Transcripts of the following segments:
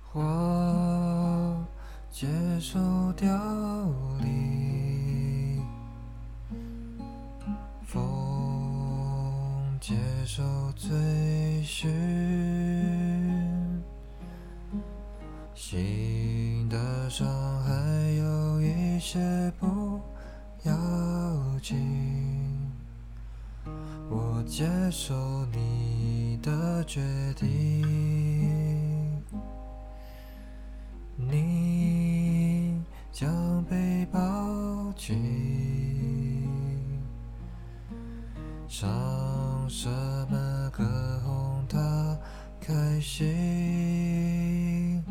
花接受凋零，风接受追寻，心的伤还有一些不要紧，我接受你的决定，你将被抱紧，唱什么歌哄他开心，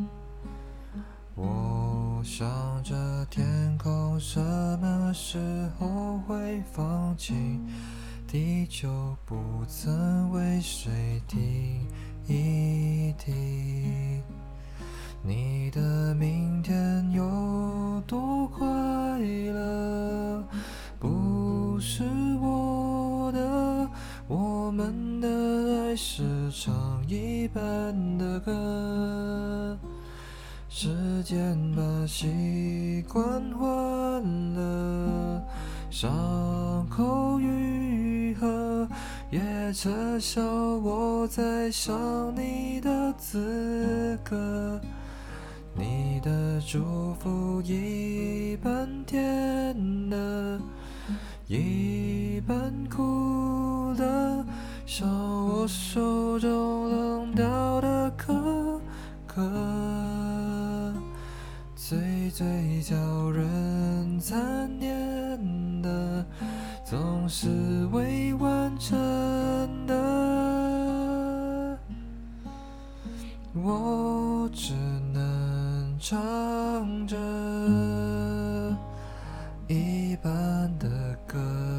我想着天空什么时候会放晴，地球不曾为谁停一停，你的明天有多快乐，不是我的，我们的爱是唱一半的歌，时间把习惯换了，伤口愈合，也撤销我再想你的资格，你的祝福一半甜的，一半苦的，像我手中冷掉的可可，最叫人残念的，总是未完成的，我只能唱着一半的歌。